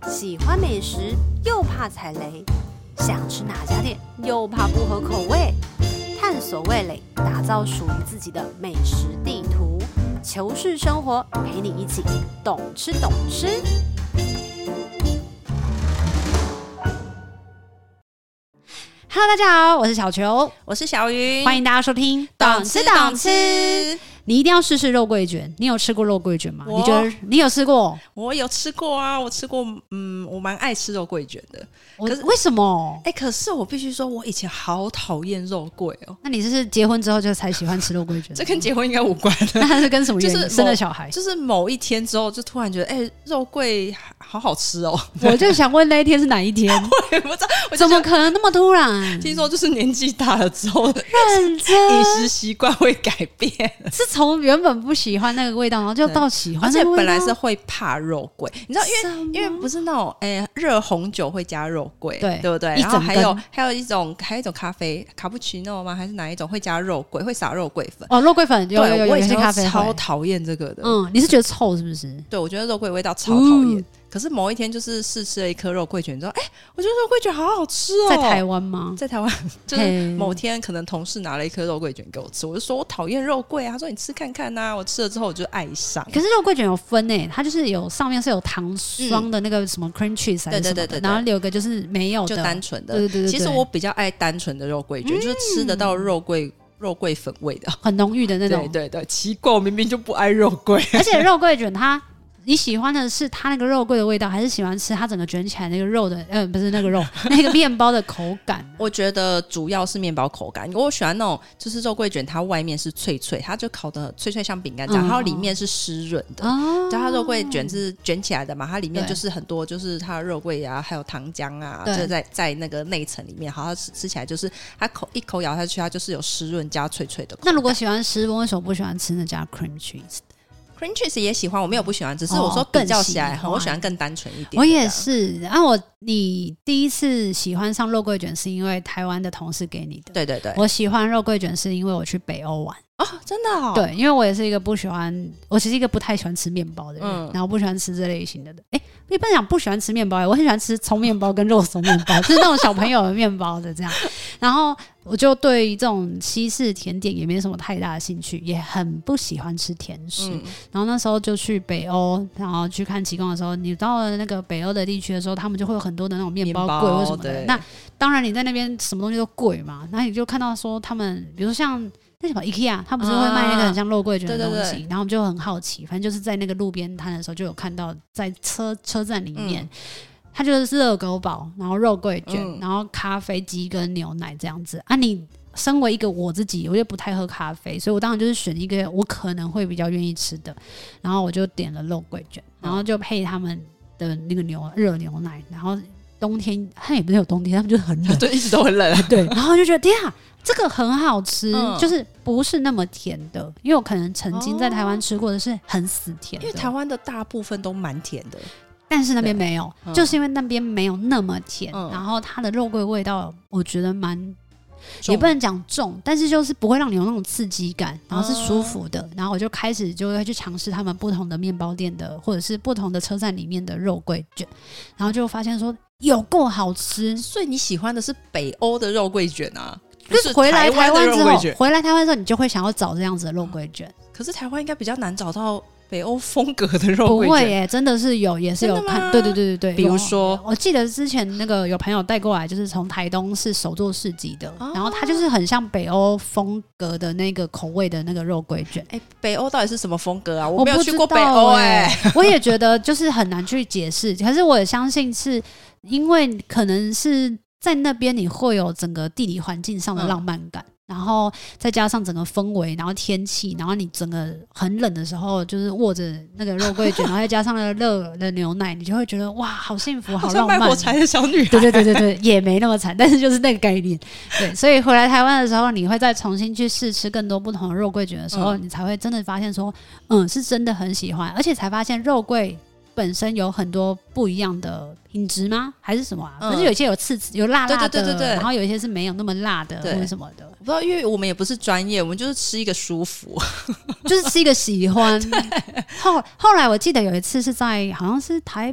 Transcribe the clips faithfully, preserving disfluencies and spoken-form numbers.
喜欢美食又怕踩雷，想吃哪家店又怕不合口味，探索味蕾，打造属于自己的美食地图，求是生活陪你一起懂吃懂吃。Hello， 大家好，我是小球， 我是小云， 欢迎大家收听懂吃懂吃。 你一定要试试肉桂卷，你有吃过肉桂卷吗？你觉得你有吃过？ 我有吃过啊，我吃过，嗯，我蛮爱吃肉桂卷的。 可是为什么？ 哎、欸，可是我必须说，我以前好讨厌肉桂哦。 那你是结婚之后就才喜欢吃肉桂卷？ 这跟结婚应该无关的。 那它是跟什么原因？ 就是生了小孩？ 就是某一天之后，就突然觉得，哎、欸，肉桂好好吃哦。 我就想问那一天是哪一天？ 我也不知道，我怎么可能那么突然？ 听说就是年纪大了之后， 认真饮食习惯会改变， 是从原本不喜欢那个味道，然后就到喜欢那个味道。 而且本来是会怕肉桂，你知道，因为因为不是那种哎热红酒会加肉桂， 对对不对？然后还有还有一种还有一种咖啡卡布奇诺吗？还是哪一种会加肉桂？会撒肉桂粉？ 哦，肉桂粉有有有， 我以前咖啡超讨厌这个的。 嗯，你是觉得臭是不是？ 对，我觉得肉桂味道超讨厌。嗯，可是某一天就是试吃了一颗肉桂卷之后，哎、欸，我觉得肉桂卷好好吃哦。 在台湾吗？ 在台湾，就是某天可能同事拿了一颗肉桂卷给我吃，我就说我讨厌肉桂啊，他说你吃看看啊，我吃了之后我就爱上。 可是肉桂卷有分诶、欸，它就是有上面是有糖霜的那个什么 cream cheese 还是什么的，对对对对对，然后有个就是没有的， 就单纯的。 对对 对, 对, 对， 其实我比较爱单纯的肉桂卷，嗯、就是吃得到肉桂。肉桂粉味的， 很浓郁的那种。 对对对，奇怪，我明明就不爱肉桂。 而且肉桂卷它，你喜欢的是它那个肉桂的味道，还是喜欢吃它整个卷起来那个肉的？呃，不是那个肉，那个面包的口感。 我觉得主要是面包口感，我喜欢那种就是肉桂卷，它外面是脆脆，它就烤的脆脆像饼干这样，嗯、然后里面是湿润的。哦，它肉桂卷是卷起来的嘛，它里面就是很多就是它的肉桂啊，还有糖浆啊，就在在那个内层里面，好，它吃吃起来就是它口一口咬下去，它就是有湿润加脆脆的口感。 那如果喜欢湿润，为什么不喜欢吃那加 cream cheese？Cream cheese 也喜欢，我没有不喜欢，只是我说比较起来，哦、我喜欢更单纯一点。 我也是，然后我你第一次喜欢上肉桂卷是因为台湾的同事给你的， 对对对。我喜欢肉桂卷是因为我去北欧玩。 哦，真的哦。 对，因为我也是一个不喜欢，我其实一个不太喜欢吃面包的人，嗯、然后不喜欢吃这类型的。哎，一般讲不喜欢吃面包，我很喜欢吃葱面包跟肉松面包，就是那种小朋友的面包的这样。然后我就对这种西式甜点也没什么太大的兴趣，也很不喜欢吃甜食。嗯、然后那时候就去北欧，然后去看极光的时候，你到了那个北欧的地区的时候，他们就会有很多的那种面包柜或什么的。那当然你在那边什么东西都贵嘛，然后你就看到说他们，比如说像。那什么 IKEA 他不是会卖那个很像肉桂卷的东西、啊、对对对，然后我们就很好奇，反正就是在那个路边摊的时候就有看到在车车站里面、嗯、它就是热狗堡，然后肉桂卷、嗯、然后咖啡机跟牛奶这样子啊。你身为一个我自己我就不太喝咖啡，所以我当然就是选一个我可能会比较愿意吃的，然后我就点了肉桂卷，然后就配他们的那个牛热牛奶，然后冬天它也不是有冬天，他们就很冷， 对，一直都很冷对，然后就觉得天啊这个很好吃、嗯、就是不是那么甜的，因为我可能曾经在台湾吃过的是很死甜的， 因为台湾的大部分都蛮甜的， 但是那边没有、嗯、就是因为那边没有那么甜、嗯、然后它的肉桂味道我觉得蛮也不能讲重，但是就是不会让你有那种刺激感，然后是舒服的、嗯、然后我就开始就会去尝试他们不同的面包店的或者是不同的车站里面的肉桂卷，然后就发现说有够好吃。 所以你喜欢的是北欧的肉桂卷啊？ 就是回来台湾之后，回来台湾之后，你就会想要找这样子的肉桂卷。 可是台湾应该比较难找到北欧风格的肉桂卷。 不会耶，真的是有，也是有看。对对对对对。 比如说我，我记得之前那个有朋友带过来，就是从台东是手作市集的、哦，然后它就是很像北欧风格的那个口味的那个肉桂卷。 哎，北欧到底是什么风格啊？我没有去过北欧哎、 欸，我也觉得就是很难去解释。可是我也相信是因为可能是在那边你会有整个地理环境上的浪漫感。嗯，然后再加上整个氛围，然后天气，然后你整个很冷的时候，就是握着那个肉桂卷，然后再加上那个热的牛奶，你就会觉得哇，好幸福，好浪漫。 好像卖火柴的小女孩。 对对对对对，也没那么惨，但是就是那个概念。对，所以回来台湾的时候，你会再重新去试吃更多不同的肉桂卷的时候，嗯、你才会真的发现说，嗯，是真的很喜欢，而且才发现肉桂本身有很多不一样的品质吗？还是什么啊？可、嗯、是有一些有刺有辣辣的，对对对对对，然后有一些是没有那么辣的，或者什么的。我不知道，因为我们也不是专业，我们就是吃一个舒服， 就是吃一个喜欢。后后来我记得有一次是在好像是台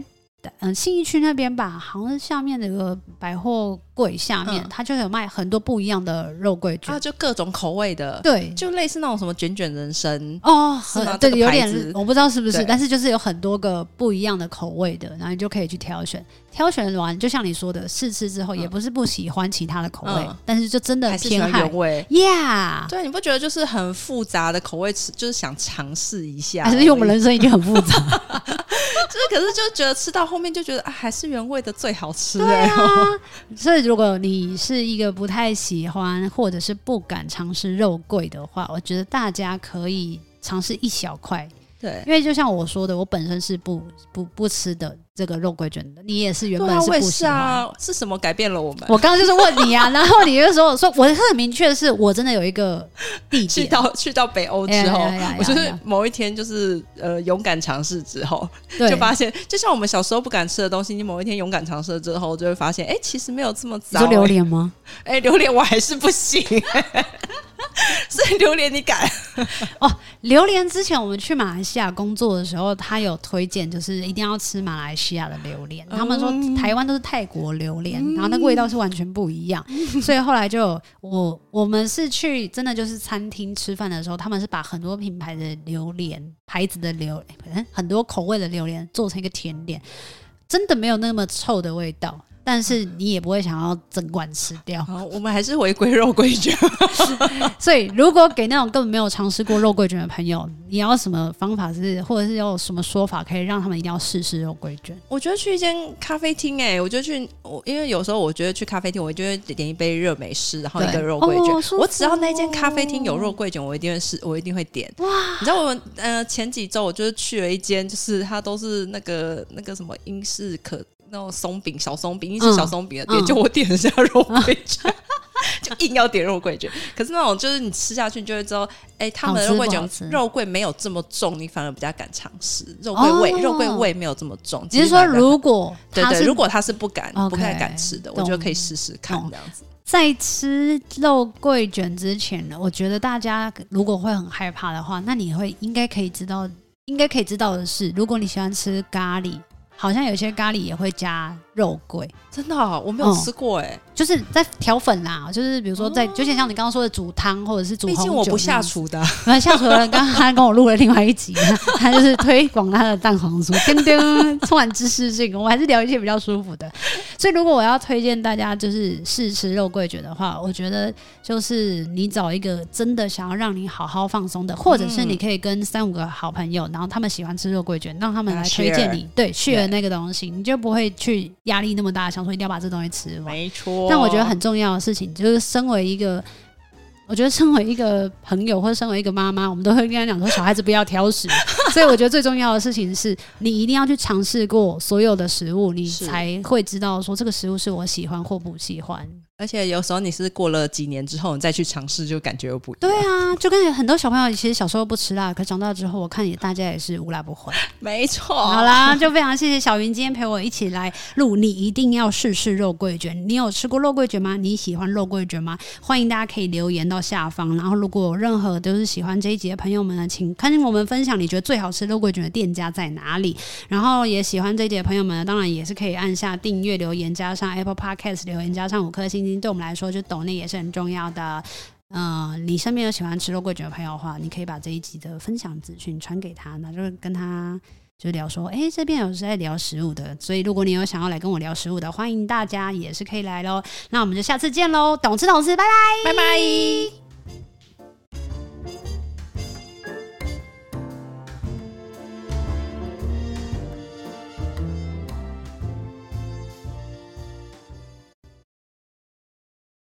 嗯信义区那边吧，好像是下面那个百货柜下面、嗯、它就有卖很多不一样的肉桂卷啊， 就各种口味的， 对， 就类似那种什么卷卷人参哦， 是吗？ 对、 这个、 有点我不知道是不是，但是就是有很多个不一样的口味的，然后你就可以去挑选，挑选完就像你说的，试吃之后、嗯、也不是不喜欢其他的口味、嗯、但是就真的偏爱原味 ，Yeah， 对，你不觉得就是很复杂的口味吃，就是想尝试一下， 还是因为我们人生已经很复杂， 就是可是就觉得吃到后面就觉得、啊、还是原味的最好吃、欸， 对啊，所以如果你是一个不太喜欢或者是不敢尝试肉桂的话，我觉得大家可以尝试一小块。对，因为就像我说的，我本身是不不不吃的这个肉桂卷的，你也是原本是不喜欢、 啊、是什么改变了我们？ 我刚刚就是问你啊，然后你就说说，我很明确的是，我真的有一个地点， 去到去到北欧之后，哎、呀呀呀呀我就是某一天就是呃勇敢尝试之后，就发现，就像我们小时候不敢吃的东西，你某一天勇敢尝试了之后，就会发现，哎、欸，其实没有这么糟、欸。 你说榴莲吗？ 哎、欸，榴莲我还是不行、欸。所以榴莲你敢哦？榴莲之前我们去马来西亚工作的时候，他有推荐，就是一定要吃马来西亚的榴莲。嗯、他们说台湾都是泰国榴莲、嗯，然后那个味道是完全不一样。嗯、所以后来就我我们是去真的就是餐厅吃饭的时候，他们是把很多品牌的榴莲牌子的榴莲，很多口味的榴莲做成一个甜点，真的没有那么臭的味道。但是你也不会想要整罐吃掉。 好，我们还是回归肉桂卷。 所以如果给那种根本没有尝试过肉桂卷的朋友，你要什么方法是，或者是有什么说法可以让他们一定要试试肉桂卷？ 我觉得去一间咖啡厅，哎，我觉得去，我因为有时候我觉得去咖啡厅，我就会点一杯热美式，然后一个肉桂卷。哦、我只要那间咖啡厅有肉桂卷，我一定会试，我一定会点。哇！你知道我们呃前几周我就是去了一间，就是它都是那个那个什么英式可。那种松饼小松饼，英式小松饼的店、嗯，就我点了下肉桂卷、嗯，就硬要点肉桂卷。可是那种就是你吃下去，你就会知道，哎、欸，他们的肉桂卷肉桂没有这么重，你反而比较敢尝试。肉桂味、哦，肉桂味没有这么重。 只是说，如果对对，如果他是不敢、okay, 不太敢吃的，我觉得可以试试看这样子。 在吃肉桂卷之前呢，我觉得大家如果会很害怕的话，那你会应该可以知道，应该可以知道的是，如果你喜欢吃咖喱。好像有些咖喱也会加肉桂， 真的、哦、我没有吃过哎、欸嗯， 就是在调粉啦，就是比如说在，哦、就像你刚刚说的煮汤或者是煮红酒， 毕竟我不下厨的、啊， 下厨的人刚刚他跟我录了另外一集，他就是推广他的蛋黄酥，叮叮，充满知识性。我们还是聊一些比较舒服的。所以如果我要推荐大家就是试吃肉桂卷的话，我觉得就是你找一个真的想要让你好好放松的，或者是你可以跟三五个好朋友，然后他们喜欢吃肉桂卷，让他们来推荐你，对 share 那个东西，你就不会去压力那么大，想说一定要把这东西吃完。 没错。 但我觉得很重要的事情就是身为一个我觉得身为一个朋友或者身为一个妈妈，我们都会跟他讲说小孩子不要挑食所以我觉得最重要的事情是你一定要去尝试过所有的食物，你才会知道说这个食物是我喜欢或不喜欢。 而且有时候你是过了几年之后你再去尝试，就感觉又不一样。 对啊，就跟很多小朋友其实小时候不吃辣，可长大之后我看也大家也是无辣不欢。 没错。 好啦，就非常谢谢小云今天陪我一起来录你一定要试试肉桂卷。你有吃过肉桂卷吗？你喜欢肉桂卷吗？欢迎大家可以留言到下方，然后如果有任何都是喜欢这一集的朋友们呢，请跟我们分享你觉得最好吃肉桂卷的店家在哪里。然后也喜欢这一集的朋友们呢，当然也是可以按下订阅留言，加上 Apple Podcast 留言，加上五颗星星，对我们来说就抖内也是很重要的。呃，你身边有喜欢吃肉桂卷的朋友的话，你可以把这一集的分享资讯传给他，那就跟他就聊说，哎，这边有在聊食物的，所以如果你有想要来跟我聊食物的，欢迎大家也是可以来咯。那我们就下次见咯，懂吃懂吃，拜拜， 拜拜。